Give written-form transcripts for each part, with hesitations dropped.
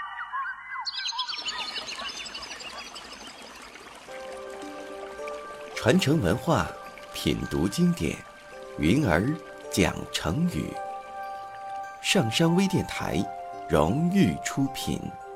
传承文化，品读经典，云儿讲成语。上山微电台荣誉出品。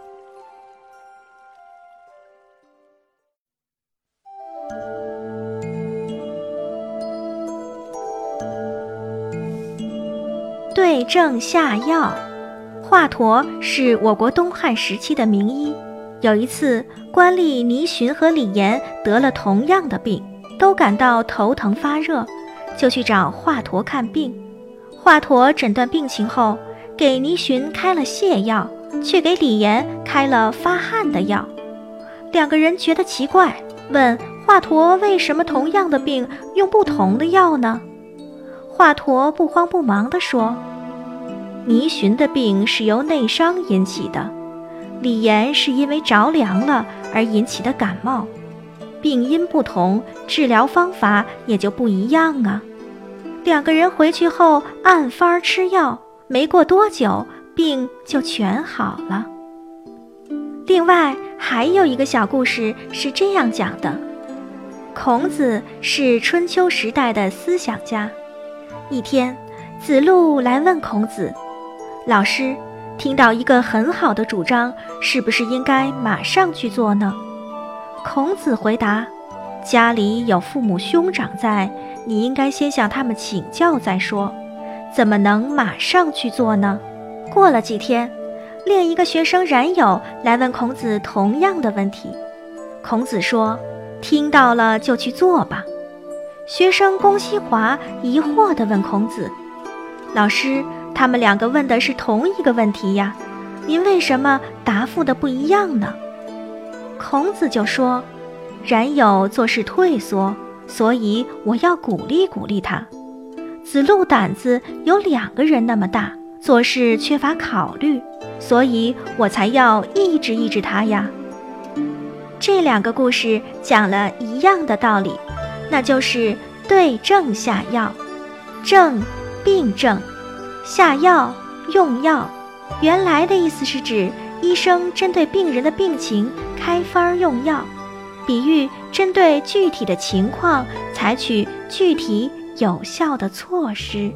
对症下药。华佗是我国东汉时期的名医。有一次，官吏倪寻和李严得了同样的病，都感到头疼发热，就去找华佗看病。华佗诊断病情后，给倪寻开了泻药，却给李严开了发汗的药。两个人觉得奇怪，问华佗为什么同样的病用不同的药呢？华佗不慌不忙地说，倪寻的病是由内伤引起的，李严是因为着凉了而引起的感冒，病因不同，治疗方法也就不一样啊。两个人回去后按方吃药，没过多久，病就全好了。另外还有一个小故事是这样讲的：孔子是春秋时代的思想家。一天，子路来问孔子，老师，听到一个很好的主张，是不是应该马上去做呢？孔子回答，家里有父母兄长在，你应该先向他们请教再说，怎么能马上去做呢？过了几天，另一个学生冉有来问孔子同样的问题。孔子说，听到了就去做吧。学生龚西华疑惑地问孔子，老师，他们两个问的是同一个问题呀，您为什么答复的不一样呢？孔子就说，冉有做事退缩，所以我要鼓励鼓励他。子路胆子有2个人那么大，做事缺乏考虑，所以我才要抑制抑制他呀。这2个故事讲了一样的道理，那就是对症下药。症，病症；下药，用药。原来的意思是指医生针对病人的病情开方用药，比喻针对具体的情况采取具体有效的措施。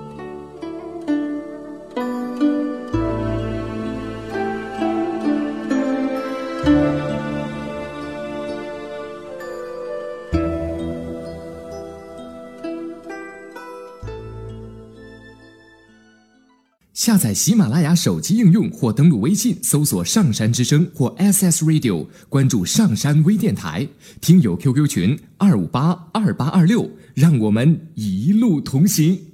下载喜马拉雅手机应用或登录微信搜索上山之声或 SS Radio， 关注上山微电台，听友 QQ 群2582826，让我们一路同行。